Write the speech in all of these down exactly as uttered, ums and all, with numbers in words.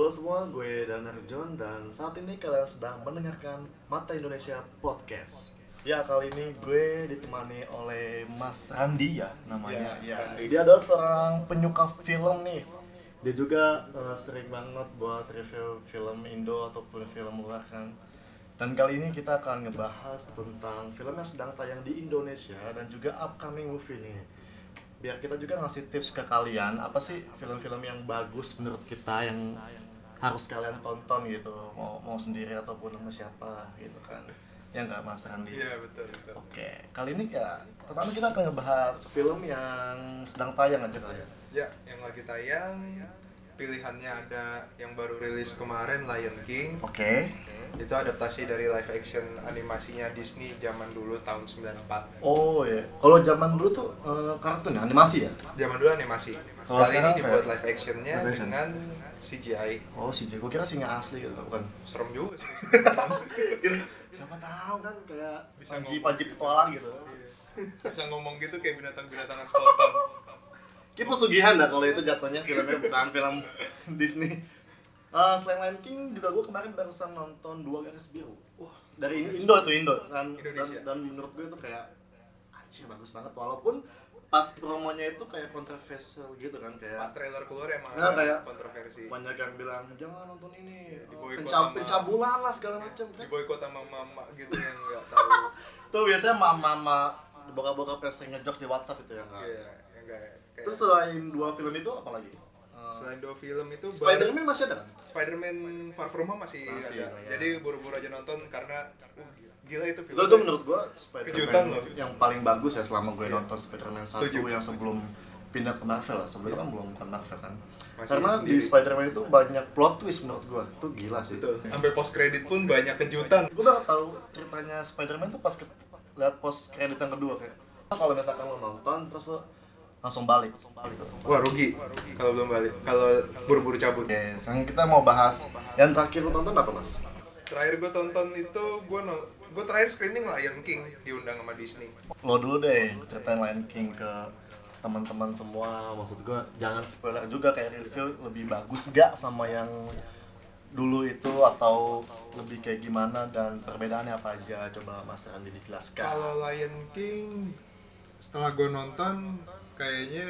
Halo semua, gue Danar John dan saat ini kalian sedang mendengarkan Mata Indonesia Podcast. Ya, kali ini gue ditemani oleh Mas Randi ya namanya. Ya, ya. Dia adalah seorang penyuka film nih. Dia juga uh, sering banget buat review film Indo ataupun film luar kan. Dan kali ini kita akan ngebahas tentang film yang sedang tayang di Indonesia dan juga upcoming movie nih. Biar kita juga ngasih tips ke kalian, apa sih film-film yang bagus menurut kita yang harus kalian tonton gitu, mau mau sendiri ataupun sama siapa gitu kan. Ya nggak, Mas Randi? Iya, betul, betul. Oke, kali ini ya pertama kita akan ngebahas film yang sedang tayang aja kali ya. Ya, yang lagi tayang pilihannya ada yang baru rilis kemarin, Lion King. Oke. Itu adaptasi dari live action animasinya Disney zaman dulu tahun sembilan puluh empat. Oh iya. Kalau zaman dulu tuh uh, kartun ya, animasi ya? Zaman dulu animasi. Kalau Kali ini sekarang dibuat kayak live actionnya live action. dengan C G I. Oh, si Jago kira singa asli gitu, bukan? Serem juga sih. Siapa tahu kan kayak Bisa panji ngomong. panji petualang gitu. Bisa ngomong gitu kayak binatang-binatangan spontan. Kayak pesugihan dah kalau itu jatuhnya filmnya bukan film Disney. Uh, selain Lion King juga gue kemarin barusan nonton Dua Garis Biru. Wah, dari Indo itu Indo dan, dan Indonesia. dan menurut gue itu kayak anjir bagus banget walaupun pas promonya itu kayak kontroversial gitu kan kayak Pas trailer keluar emang Nah, ada kayak kontroversi. banyak yang bilang jangan nonton ini, Diboykot Pencab sama- pencabulan lah segala macam kan. Diboykot sama mama gitu yang nggak tahu. Tuh biasanya mama-mama bokap-bokap yang sering ngejok di WhatsApp itu ya enggak. Iya, yang nggak kayak. Terus selain dua film itu apa lagi? Uh, Selain dua film itu baru- Spider-Man masih ada kan? Spider-Man Far From Home masih, Masih, ada. ya. Jadi buru-buru aja nonton karena uh, gila itu Itu, filmnya. itu menurut gua Spider-Man Kejutan loh. yang paling bagus ya selama gue Iya. nonton Spider-Man satu Setuju. yang sebelum pindah ke Marvel. Sebelumnya Iya. kan belum bukan Marvel kan. Masih Karena di sendiri. Spider-Man itu banyak plot twist menurut gua. Itu gila sih. Betul. Sampai post credit pun banyak kejutan. Gue baru tahu ceritanya Spider-Man tuh pas ke- lihat post credit yang kedua kayak. Kalau misalkan lo nonton terus lo langsung balik. Wah, rugi kalau belum balik. Kalau buru-buru cabut. Oke, sekarang kita mau bahas yang terakhir lo tonton apa, Mas? Terakhir gue tonton itu gue no, gue terakhir screening Lion King diundang sama Disney. Lo dulu deh ceritain Lion King ke teman-teman semua. Maksud gue jangan spoiler juga kayak review lebih bagus gak sama yang dulu itu atau lebih kayak gimana dan perbedaannya apa aja, coba Mas Randi dijelaskan. Kalau Lion King setelah gue nonton kayaknya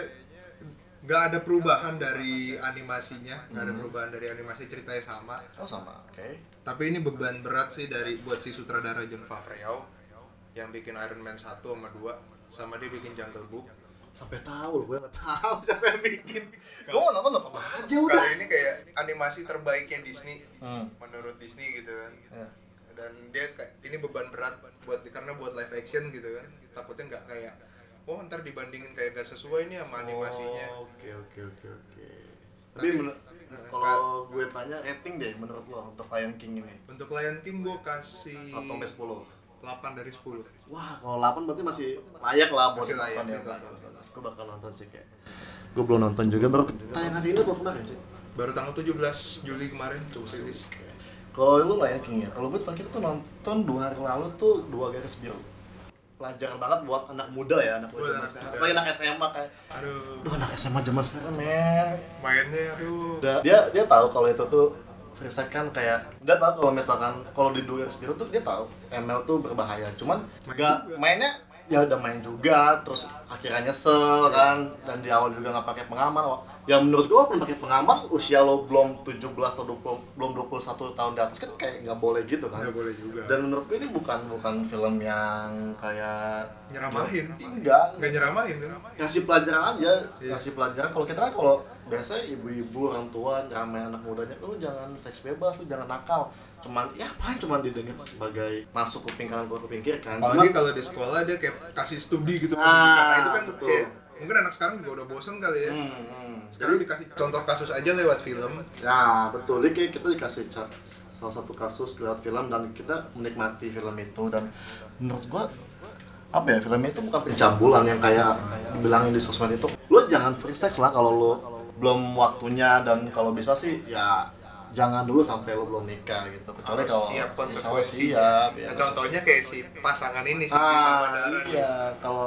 nggak ada perubahan dari animasinya, nggak ada Hmm. perubahan dari animasi, ceritanya sama. Oh sama, oke. Tapi ini beban berat sih dari buat si sutradara Jon Favreau yang bikin Iron Man satu sama dua, sama dia bikin Jungle Book. Sampai tahu loh, gue nggak tahu siapa yang bikin. Gue mau nonton nonton aja udah. Kali ini kayak animasi terbaiknya Disney Hmm. menurut Disney gitu kan. Ya. Dan dia kayak ini beban berat buat karena buat live action gitu kan. Takutnya nggak kayak oh ntar dibandingin kayak gak sesuai nih sama animasinya. Oh, oke oke oke oke. Tapi Tapi- menur- kalau gue tanya rating deh menurut lo untuk Lion King ini Untuk Lion King gue kasih satu sampai sepuluh. delapan dari sepuluh. Wah, kalau delapan berarti masih layak lah buat Masih layak ditonton ya. ditonton. Gue bakal nonton sih kayak. Gue belum nonton juga, baru tayangan ini baru kemarin sih. Baru tanggal tujuh belas Juli kemarin rilis. Kalau lu Lion King ya, kalau gue terakhir tuh nonton dua hari lalu tuh Dua Garis Biru. Pelajaran banget buat anak muda ya, anak muda Buat zaman anak sekarang. muda. Apalagi anak S M A kayak, Aduh, aduh anak S M A zaman sekarang men. mainnya aduh. Dia dia, dia tahu kalau itu tuh Freestyle kan kayak dia tahu kalau misalkan kalau di Dua Garis Biru tuh dia tahu M L tuh berbahaya. Cuman Main nggak juga. mainnya ya udah main juga, terus akhirnya nyesel kan dan di awal juga nggak pakai pengaman. Ya menurut gua walaupun pakai pengaman usia lo belum tujuh belas atau dua puluh, belum dua puluh satu tahun di atas kan kayak nggak boleh gitu kan. Nggak boleh juga. Dan menurut gua ini bukan bukan film yang kayak Nyeramahin. enggak, Nggak nyeramahin kan? kasih pelajaran aja, Iya. kasih pelajaran. Kalau kita kan kalau biasanya ibu-ibu orang tua nyamain anak mudanya, lu jangan seks bebas, lu jangan nakal. Cuman ya paling cuman didengar sebagai masuk kuping kanan keluar kuping kiri kan. Apalagi Cuman kalau di sekolah dia kayak kasih studi gitu. Ah, Karena itu kan betul. kayak mungkin anak sekarang juga udah bosen kali ya. hmm, hmm. Sekarang dikasih contoh kasus aja lewat film. Ya betul, jadi kayak kita dikasih ca- salah satu kasus lewat film dan kita menikmati film itu. Dan menurut gua apa ya, film itu bukan pencabulan yang kayak bilangin di sosmed itu. Lo jangan free sex lah kalau lo belum waktunya, dan kalau bisa sih ya jangan dulu sampai lo belum nikah gitu, kecuali Harus kalau siap bisa konsekuensinya. siap, ya. Nah, contohnya kayak si pasangan ini si Bima Ah, Madara nih. iya, kalau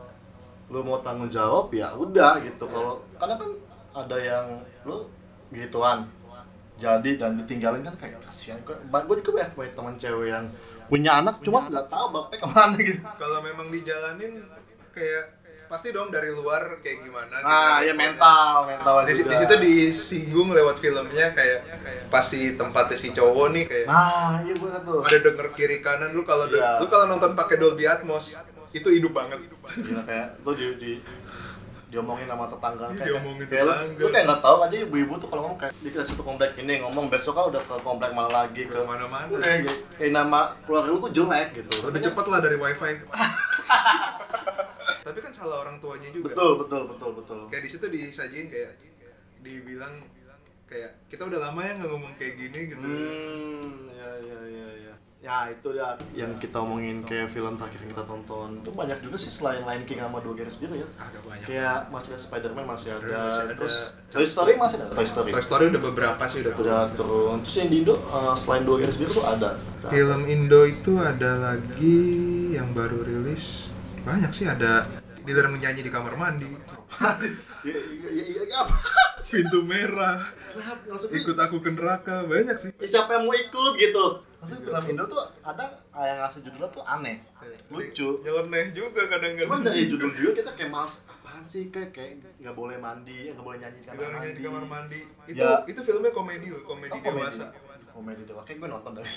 lu mau tanggung jawab ya udah gitu. Kalau karena kan ada yang lu gituan jadi dan ditinggalin kan kayak kasihan. Gue juga banyak banyak teman cewek yang punya anak cuma nggak tahu bapaknya kemana gitu. Kalau memang dijalanin kayak pasti dong dari luar kayak gimana. Ah ya mental, mental. Di, di situ disinggung lewat filmnya kayak pasti tempatnya si cowok nih kayak. Ah iya bener tuh. Ada denger kiri kanan lu kalau yeah. lu kalau nonton pakai Dolby Atmos itu hidup banget. Gila kayak lu di, di diomongin sama tetangga kayak, diomongin kayak tetangga. Lu, lu kayak nggak tahu aja ibu-ibu tuh kalau ngomong kayak di satu komplek ini ngomong besok kan udah ke komplek mana lagi ke mana-mana. Udah kayak nama keluarga lu tuh jelek gitu. Lebih cepet lah dari wifi. Tapi kan salah orang tuanya juga. Betul, betul, betul, betul. Kayak di situ disajin kayak dibilang kayak kita udah lama ya nggak ngomong kayak gini gitu. Hmm, ya, ya, ya, ya. Ya itu dia yang kita omongin kayak film terakhir yang kita tonton. Itu banyak juga sih selain Lion King sama Dua Garis Biru ya. Ada banyak. Kayak masih ada Spider-Man masih ada. Masih ada. Terus Toy Story masih ada. Toy Story. Toy Story udah beberapa sih udah turun. Udah turun. Terus yang di Indo uh, selain Dua Garis Biru tuh ada. Film Indo itu ada lagi yang baru rilis. Banyak sih ada Dilarang Menyanyi di Kamar Mandi. ya, ya, ya, ya, apa? Pintu Merah. Ikut Aku ke Neraka. Banyak sih. Ya, siapa yang mau ikut gitu? Maksudnya film Indo tuh ada yang ngasih judulnya tuh aneh, lucu. Nyeleneh juga kadang-kadang. Cuman dari judul juga kita kayak males, apaan sih kayak kayak nggak boleh mandi, nggak boleh nyanyi di kamar Dilarang mandi. Di kamar mandi. Itu ya. itu filmnya komedi loh, komedi Oh, dewasa. Komedi dewasa. Kayak gue nonton dari.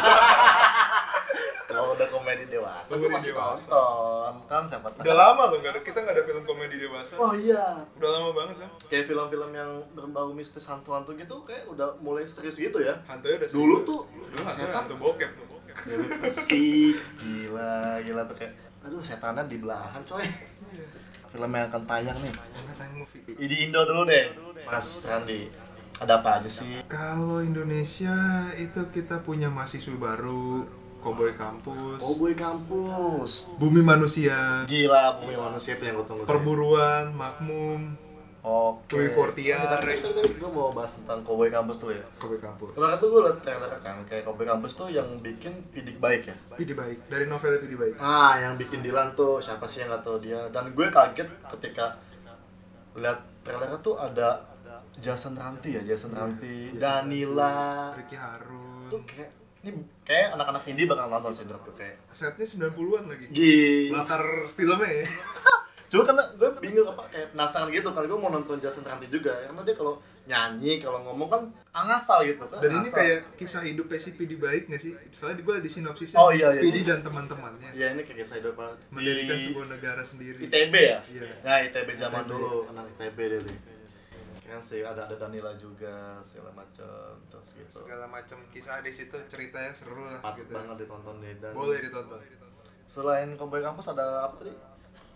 Kalau udah komedi dewasa, gue Komedi masih dewasa. nonton. Kan siapa tahu. Udah lama loh, nggak ada, kita nggak ada film komedi dewasa. Oh iya. Udah lama banget kan. Kayak film-film yang berbau mistis hantu-hantu gitu kayak udah mulai serius gitu ya. Hantunya udah serius. Dulu tuh Dulu hantu setan hantu bokep. Dewi Persik, gila, gila tuh kayak, aduh setannya di belahan coy. Film yang akan tayang nih. Enggak tayang movie. Di Indo dulu deh, Mas Randi. Ada apa aja sih? Kalau Indonesia itu kita punya Mahasiswa Baru, Cowboy Kampus, Cowboy Kampus, Bumi Manusia, gila Bumi Manusia itu yang gue tunggu sih. Perburuan, Makmum, Oke. Tui Fortiar. Tapi, tapi, tapi gue mau bahas tentang Cowboy Kampus dulu ya. Cowboy Kampus. Kemarin tuh gue liat trailer kan, kayak Cowboy Kampus tuh yang bikin Pidik Baik ya. Pidik Baik, dari novelnya Pidik Baik. Ah, yang bikin Dilan tuh siapa sih yang nggak tahu dia? Dan gue kaget ketika lihat trailernya tuh ada Jason Ranti ya, Jason Ranti, yeah, Danila, Ricky Harun. tuh kayak ini kayak anak-anak indie bakal nonton sih menurut gue kayak. Setnya sembilan puluhan lagi. Gila. Latar filmnya ya. Cuma karena gue bingung apa kayak penasaran gitu kan, gue mau nonton Jason Ranti juga karena dia kalau nyanyi kalau ngomong kan angasal gitu kan. Dan ini angasal. kayak kisah hidupnya si Pidik Baik nggak sih? Soalnya gue di sinopsisnya Oh, iya, iya. Pidik dan teman-temannya Iya, ini kayak kisah hidup apa? mendirikan Di sebuah negara sendiri. I T B ya? Iya. Nah, I T B zaman I T B. dulu, anak I T B dia tuh. Kan sih ada ada Danila juga segala macam terus gitu. Segala macam kisah di situ, ceritanya seru lah Patut gitu. banget ditonton deh. Dan Boleh ditonton. selain Cowboy Kampus ada apa tadi?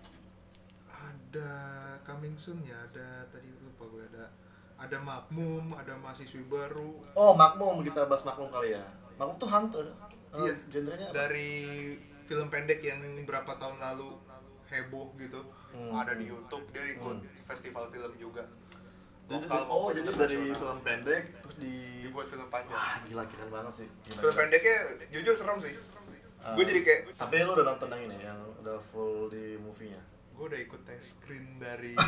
Ada Coming Soon ya, ada tadi lupa gue ada ada Makmum, ada Mahasiswa Baru. Oh, Makmum, kita bahas Makmum kali ya. Makmum tuh hantu. Uh, Iya. Genrenya apa? Dari film pendek yang berapa tahun lalu heboh gitu. Hmm. Ada di YouTube, dia ikut Hmm. festival film juga. Jadi, Lokal oh, maupun jadi dari internasional. film pendek terus di Dibuat film panjang. Wah, gila keren banget sih. Gila, Film gila. pendeknya jujur serem sih. Uh, Gue jadi kayak tapi lu udah nonton yang ini yang udah full di movie-nya? gue udah ikut tes screen dari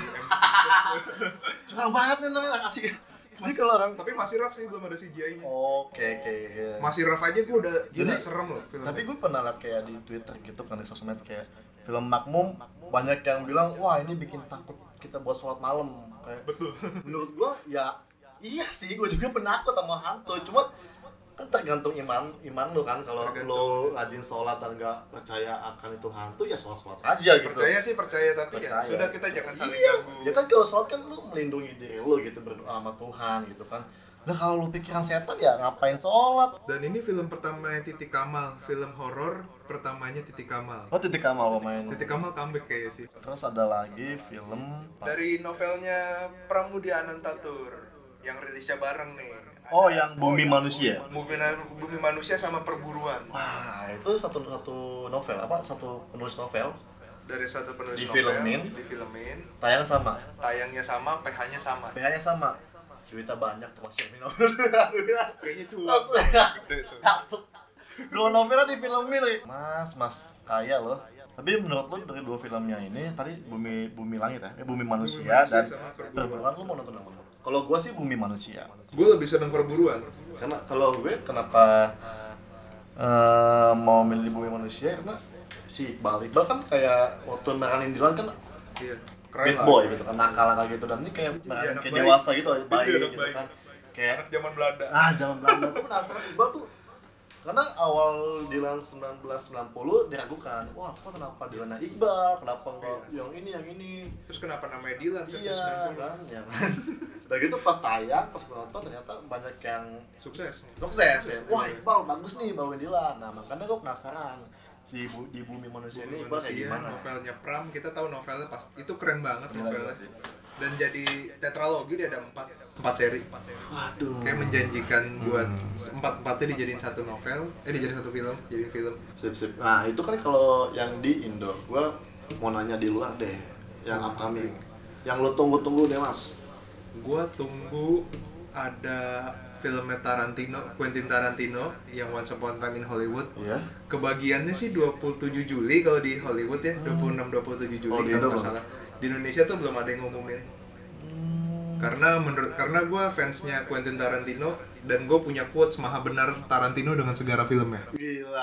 Curang banget nih namanya asik. Jadi kalau orang tapi masih rough sih, belum ada C G I-nya. Oke, oke, oke. Masih rough aja gue udah gila Jadi- serem loh filmnya. Tapi gue pernah liat kayak di Twitter gitu kan di sosmed kayak film Makmum banyak yang bilang wah ini bikin takut kita buat sholat malam kayak. Betul. Menurut gue ya iya sih gue juga penakut sama hantu cuma kan tergantung iman iman lu kan kalau Tergantung. lu rajin sholat dan gak percaya akan itu hantu ya sholat sholat aja gitu. Percaya sih percaya, tapi Percaya. ya sudah kita jangan saling Iya, ganggu. ya kan kalau sholat kan lu melindungi diri lu gitu berdoa sama Tuhan gitu kan. Nah kalau lu pikiran setan ya ngapain sholat? Dan ini film pertamanya Titi Kamal, film horor pertamanya Titi Kamal. Oh Titik Kamal pemain. Titi Kamal comeback kayaknya sih. Terus ada lagi film Dari novelnya Pramudia Anantatur yang rilisnya bareng nih. Oh yang Bumi Manusia. Bumi, Bumi Manusia sama Perburuan. Wah itu satu satu novel apa satu penulis novel Dari satu penulis Difilmin. novel, difilmin, tayang sama. tayangnya sama, P H-nya sama. P H-nya sama. Duitnya banyak tuh masih novel. Kayaknya cuan. Langsung Gede tuh. masuk. Dua novelnya difilmin nih. Mas, mas kaya loh. Tapi menurut lu dari dua filmnya ini tadi Bumi Bumi Langit ya, eh, Bumi Manusia, Manusia dan sama Perburuan. Perburuan lu mau nonton yang mana? Kalau gue sih Bumi Manusia. Gue lebih seneng perburuan. Karena kalau gue kenapa uh, mau milih Bumi Manusia karena si Iqbal Iqbal kan kayak waktu meranin Dilan kan Iya. bad boy gitu kan, nakal kayak gitu, dan ini kayak meranin kayak baik. dewasa gitu, Jadi baik anak gitu baik. kan. Kayak Anak zaman Belanda. ah zaman Belanda tuh penasaran Iqbal tuh karena awal Dilan sembilan belas sembilan puluh diragukan, wah kok kenapa Dilan Iqbal, kenapa enggak yang ini yang ini, Terus kenapa namanya Dilan iya sembilan puluh? kan, ya kan. Udah gitu pas tayang, pas penonton ternyata banyak yang Sukses. sukses ya. Wah Iqbal bagus nih bawain Dilan. Nah makanya gue penasaran si bu, di Bumi Manusia ini Iqbal kayak Manusia, gimana. novelnya Pram, kita tahu novelnya pas itu keren banget Gila, novelnya gila sih. Dan jadi tetralogi dia ada empat empat seri. Waduh. Kayak menjanjikan buat empat empatnya dijadiin satu novel, eh dijadiin satu film, jadiin film. Sip sip. Nah itu kan kalau yang di Indo, gue mau nanya di luar deh, yang upcoming, yang lo tunggu-tunggu deh mas. Gua tunggu ada filmnya Tarantino, Quentin Tarantino yang Once Upon a Time in Hollywood. Iya. Kebagiannya sih dua puluh tujuh Juli kalau di Hollywood ya, dua puluh enam dua puluh tujuh Juli Oh, di kalau Indo nggak belum? salah. Di Indonesia tuh belum ada yang ngumumin. Karena menurut karena gue fansnya Quentin Tarantino dan gue punya quotes maha benar Tarantino dengan segala filmnya. Gila,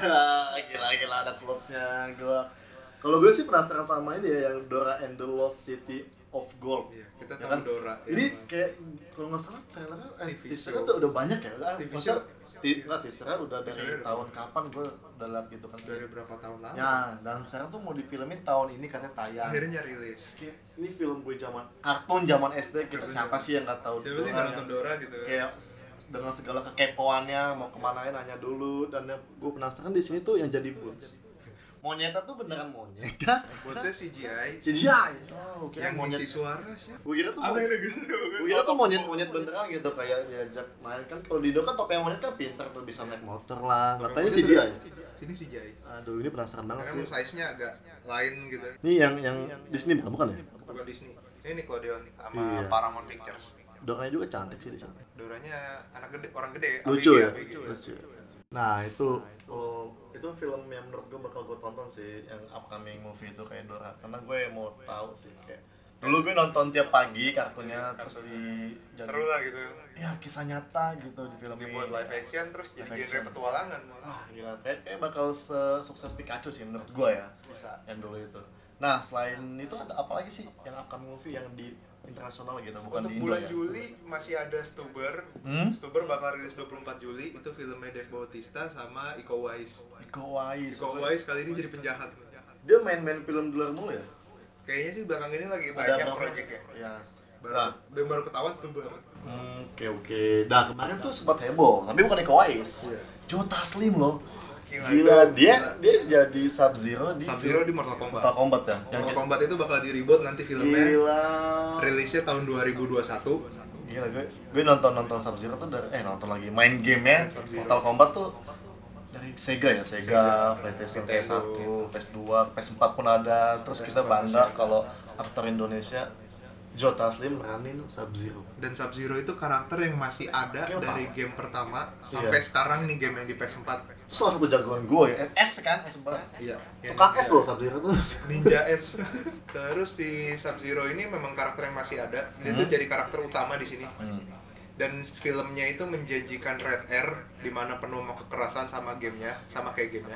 gila gila ada quotes-nya gue. Kalau gue sih penasaran sama ini ya, yang Dora and the Lost City of Gold. Iya, kita Ya tahu kan? Dora. Ini ya. kayak kalau nggak salah trailernya, eh T V teasernya show. tuh udah banyak ya. Udah, T V maksudnya, show. ti- nggak, teasernya udah dari Teasernya udah tahun kapan gue udah liat gitu kan. Dari berapa tahun lalu? Ya, dan sekarang tuh mau difilmin tahun ini katanya tayang. Akhirnya rilis. Kayak, ini film gue zaman kartun zaman S D, kita Kartun siapa zaman- sih yang nggak tahu Siapa sih Dora nggak yang- nonton Dora gitu? kayak s- dengan segala kekepoannya mau kemana ya nanya dulu, dan yang gue penasaran di sini tuh yang jadi Boots. Monyetnya tuh beneran monyet kah? Buat saya C G I. C G I. Oh, kira Yang monyet. ngisi suara siapa? Gue kira tuh Aneh monyet. deh gitu. Gue kira tuh monyet-monyet beneran gitu, kayak diajak main kan. Kalau di Indo kan topeng monyet kan pintar tuh, bisa naik motor lah. Katanya C G I. Sini C G I. Aduh, ini penasaran banget Karena sih. size-nya agak lain gitu. Ini yang yang Disney bukan bukan ya? Bukan Disney. Ini Nickelodeon sama Iya. Paramount Pictures. Doranya juga cantik sih di sana. Doranya anak gede, orang gede. Lucu A B G, ya? A B G. Lucu. Nah itu, oh, itu film yang menurut gue bakal gue tonton sih, yang upcoming movie itu kayak Dora, karena gue mau tahu sih kayak dulu gue nonton tiap pagi kartunya, terus di Seru lah gitu. ya kisah nyata gitu di film ini. Dibuat live action terus jadi Live genre action. petualangan. Ah gila, kayak, kayak bakal sukses Pikachu sih menurut gue ya. Bisa. Yang dulu itu. Nah selain itu ada apa lagi sih yang upcoming movie yang di internasional gitu, bukan Untuk di Indo bulan ya? Juli masih ada Stuber. Hmm? Stuber bakal rilis dua puluh empat Juli. Itu filmnya Dave Bautista sama Iko Uwais. Iko Uwais. Iko Uwais kali ini jadi penjahat. Dia main-main film di luar mulu ya? Kayaknya sih belakang ini lagi Ada banyak apa? proyeknya. Ya. Baru, Nah, dan baru ketahuan Stuber. Hmm, oke oke. Nah kemarin tuh sempat heboh, tapi bukan Iko Uwais. Iya. Joe Taslim loh. Gila, Gila, itu dia gila. dia jadi Sub Zero di Sub-Zero di Mortal Kombat. Mortal Kombat ya. Mortal Kombat itu bakal di-reboot nanti filmnya. Gila. Rilisnya tahun dua ribu dua puluh satu. Gila gue gue nonton nonton Sub Zero tuh dari eh nonton lagi main gamenya Sub-Zero. Mortal Kombat tuh dari Sega ya, Sega, Sega, PlayStation P S Nintendo. satu, P S dua, P S empat pun ada. Terus P S kita empat bangga masih ada. kalau aktor Indonesia Joe Taslim meranin Sub Zero. Dan Sub-Zero itu karakter yang masih ada Oke, dari Pak. game pertama sampai Iya. sekarang nih game yang di P S empat. Itu salah satu jagoan gue ya. S kan, S banget. Iya. Tukang S loh Sub Zero tuh. Ninja S. Terus si Sub-Zero ini memang karakter yang masih ada. Dia tuh Hmm. jadi karakter utama di sini. Hmm. Dan filmnya itu menjanjikan Red Air di mana penuh sama kekerasan sama gamenya, sama kayak gamenya.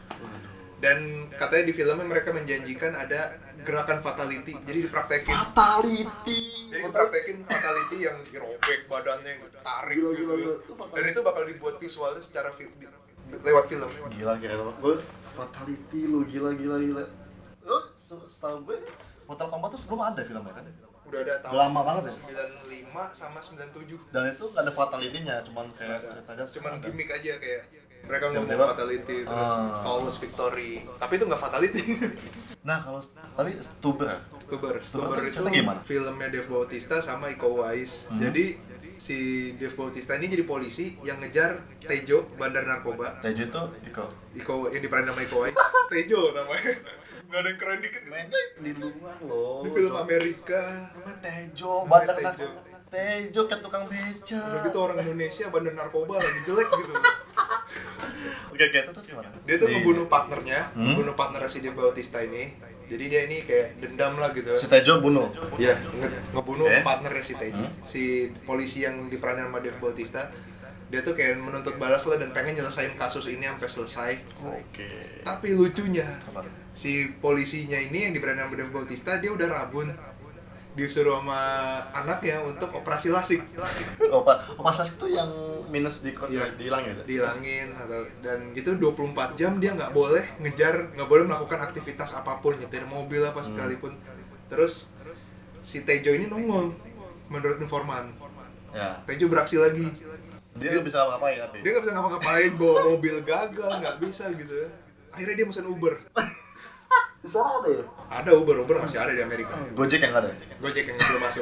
Dan katanya di filmnya mereka menjanjikan ada gerakan fatality. Jadi dipraktekin. Fatality. Jadi dipraktekin fatality yang dirobek badannya, yang ditarik Gila, gitu. gila, gila. Itu fatality. Dan itu bakal dibuat visualnya secara fi- di- lewat film. Gila kira gue fatality lu, gila gila gila. Lu se- setahu gue Mortal Kombat tuh sebelum ada filmnya kan? Udah ada tahun Lama banget ya? sembilan puluh lima sama sembilan puluh tujuh. Dan itu gak ada fatality-nya, cuman kayak Ada. ceritanya Cuman ada. gimmick aja kayak mereka ngomong Tiba-tiba- fatality terus Ah. flawless victory. Tapi itu nggak fatality. Nah kalau tapi Stuber ya? Stuber, Stuber Stuber tuh itu ceritanya gimana? filmnya Dave Bautista sama Iko Uwais. Hmm. Jadi si Dave Bautista ini jadi polisi yang ngejar Tejo, bandar narkoba. Tejo itu Iko. Iko yang diperanin sama Iko Uwais. Tejo namanya. Gak ada yang keren dikit. Main di luar loh. Ini film Amerika. Namanya Tejo, Namanya bandar Tejo. narkoba. Tejo kayak tukang beca. Udah gitu orang Indonesia bandar narkoba lagi jelek gitu. Oke oke, itu terus gimana? Dia tuh Di- ngebunuh partnernya, Hmm? ngebunuh partner si Dave Bautista ini. Jadi dia ini kayak dendam lah gitu. Si Tejo bunuh. Ya, nge- ngebunuh Oke. partnernya si Tejo. Hmm. Si polisi yang diperanin sama Dave Bautista. Dia tuh kayak menuntut balas lah dan pengen nyelesain kasus ini sampai selesai. Oke. Tapi lucunya, Apa? si polisinya ini yang diperanin sama Dave Bautista, dia udah rabun. Disuruh sama anaknya untuk operasi lasik. Oh, Pak, oh, pas itu yang minus di Iya. dihilangin gitu. Dihilangin atau dan itu dua puluh empat jam dia nggak boleh ngejar, nggak boleh melakukan aktivitas apapun, nyetir mobil apa sekalipun. Terus si Tejo ini nongol menurut informan. Ya. Tejo beraksi lagi. Dia nggak bisa ngapain tapi. Dia nggak bisa ngapa-ngapain, bawa mobil gagal, nggak bisa gitu ya. Akhirnya dia pesen Uber. Di sana ada ya? Ada Uber, Uber masih ada di Amerika. Gojek yang ada. Gojek yang belum masuk.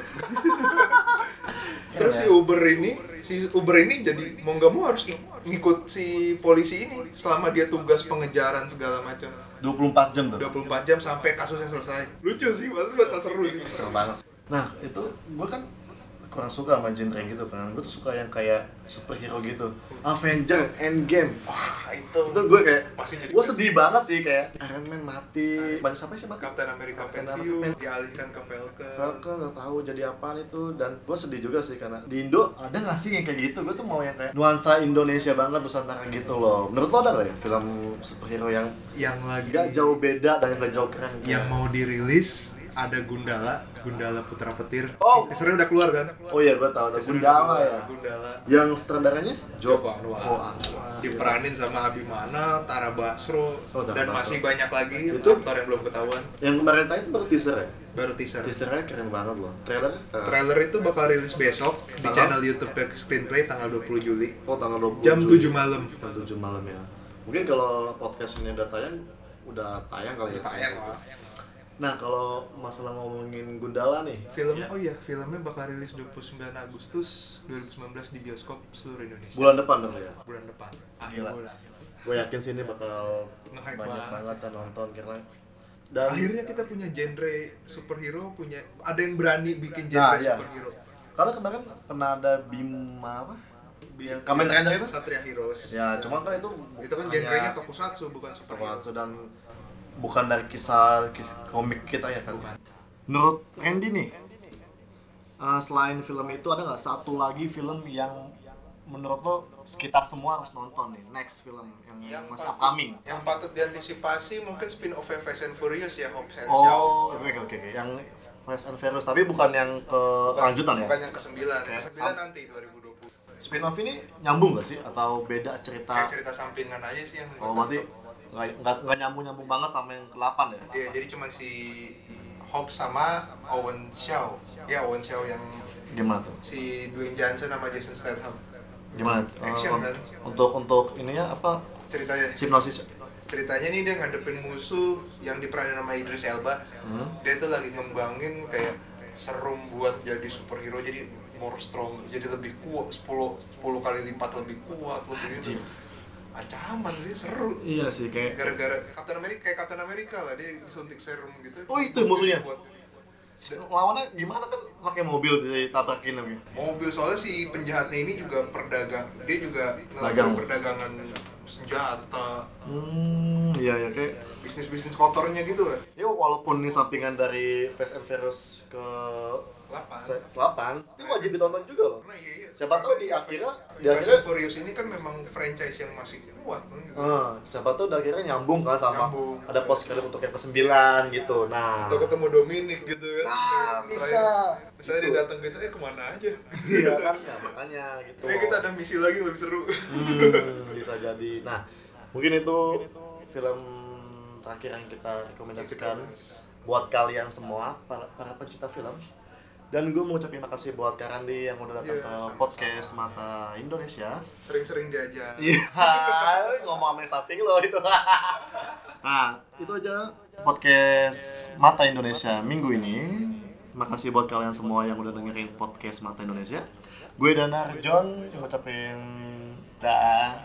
Terus si Uber ini, si Uber ini jadi mau nggak mau harus ik- ngikut si polisi ini selama dia tugas pengejaran segala macam. dua puluh empat jam tuh. dua puluh empat jam sampai kasusnya selesai. Lucu sih, maksudnya bakal seru sih. Seru banget. Nah, itu gue kan kurang suka sama genre yang gitu kan. Gue tuh suka yang kayak superhero gitu. Avenger, Endgame. Wah, itu Itu gue kayak pasti jadi gue sedih banget sih kayak Iron Man mati. Banyak siapa sih mati? Captain America Captain pensiun, America. dialihkan ke Falcon. Falcon nggak tahu jadi apaan itu, dan gue sedih juga sih karena di Indo ada nggak sih yang kayak gitu. Gue tuh mau yang kayak nuansa Indonesia banget, Nusantara gitu loh. Menurut lo ada nggak ya film superhero yang Yang lagi nggak jauh beda dan yang nggak jauh keren? yang mau dirilis ada Gundala, Gundala Putra Petir. Oh. Teasernya udah keluar kan? Oh iya, gue tahu. Ada Teasernya udah Gundala keluar, ya. Gundala. Yang sutradaranya Joko Anwar. Oh, Anwar. Diperanin sama Abimana, Tara Basro, Oh, Tara dan Basro. masih banyak lagi Itu- aktor yang belum ketahuan. Yang kemarin tadi itu baru teaser ya? Baru teaser. Teasernya keren banget loh. Trailer? keren. Trailer itu bakal rilis besok di Tanggal? channel YouTube Screenplay tanggal dua puluh Juli. Oh, tanggal dua puluh Jam Juli. tujuh malam. Jam tujuh malam ya. Mungkin kalau podcast ini udah tayang, udah tayang kali ya. Tayang lah. Nah, kalau masalah ngomongin Gundala nih, Filmnya, ya, oh iya, filmnya bakal rilis dua puluh sembilan Agustus dua ribu sembilan belas di bioskop seluruh Indonesia. bulan depan dong ya. Bulan depan. Akhir Gila. bulan. Gue yakin sih ini bakal Nge-hype banyak banget banget sih. yang nonton karena dan Akhirnya kita punya genre superhero, punya ada yang berani bikin Nah, genre iya. superhero. karena kemarin pernah ada Bima apa? Bi- Yang Kamen Rider itu? Satria Heroes. Ya, cuma kan itu Itu kan genrenya tokusatsu bukan superhero. tokusatsu dan bukan dari kisah, kisah komik kita ya kan. Bukan. Menurut Andy nih, uh, selain film itu ada nggak satu lagi film yang menurut lo kita semua harus nonton nih, next film yang, Yang masih patut- upcoming? Yang patut diantisipasi mungkin spin-off Fast and Furious ya, Hobbs and Shaw. Oh, oke oke oke. Yang Fast and Furious, tapi bukan yang ke lanjutan ya? Bukan yang kesembilan, yang Kayak kesembilan sam- nanti dua ribu dua puluh. Spin-off ini nyambung nggak sih? Atau beda cerita? Kayak cerita sampingan aja sih yang Oh, berarti nggak nggak nggak nyambung-nyambung banget sama yang ke delapan ya? Iya, jadi cuma si Hobbs sama Owen Shaw. Ya, Owen Shaw yang Gimana tuh? si Dwayne Johnson sama Jason Statham. Gimana? Action, Eh, kan? Untuk untuk ininya apa? Ceritanya Hipnosis. ceritanya nih dia ngadepin musuh yang diperanin sama Idris Elba. Hmm. Dia tuh lagi ngembangin kayak serum buat jadi superhero, jadi more strong, jadi lebih kuat, sepuluh sepuluh kali lipat lebih kuat, lebih itu. Anjing. Ancaman sih, seru. Iya sih kayak. Gara-gara Captain America, kayak Captain America lah, dia disuntik serum gitu. Oh, itu musuhnya? Buat Lawannya gimana kan pakai mobil ditabrakin lagi. mobil, soalnya si penjahatnya ini juga perdagang, dia juga Dagang. ngelakuin perdagangan senjata, Hmm, iya ya kayak. bisnis-bisnis kotornya gitu lah. Ya walaupun ini sampingan dari Fast and Furious ke Delapan. delapan, itu wajib ditonton juga loh. Karena iya, iya. Siapa tahu di akhirnya di Fast akhirnya and Furious ini kan memang franchise yang masih kuat kan gitu. ah, siapa tahu di akhirnya nyambung kan sama Nyambung. ada post credit untuk yang kesembilan gitu. Nah, Atau ketemu Dominic gitu kan. Nah, Terakhir, bisa. Misalnya Gitu. dia datang gitu, eh kemana aja? iya kan ya makanya gitu. Eh kita ada misi lagi lebih seru. Hmm, bisa jadi. Nah, mungkin itu film terakhir yang kita rekomendasikan buat kalian semua para, para pencinta film. Dan gue mau ucapin makasih buat Kak Randi yang udah datang Iya, ke sama-sama. podcast Mata Indonesia. Sering-sering diajak. Iya, ngomong sama yang samping lo itu. Nah, itu aja podcast Mata Indonesia minggu ini. Makasih buat kalian semua yang udah dengerin podcast Mata Indonesia. Gue Danar John ngucapin dah.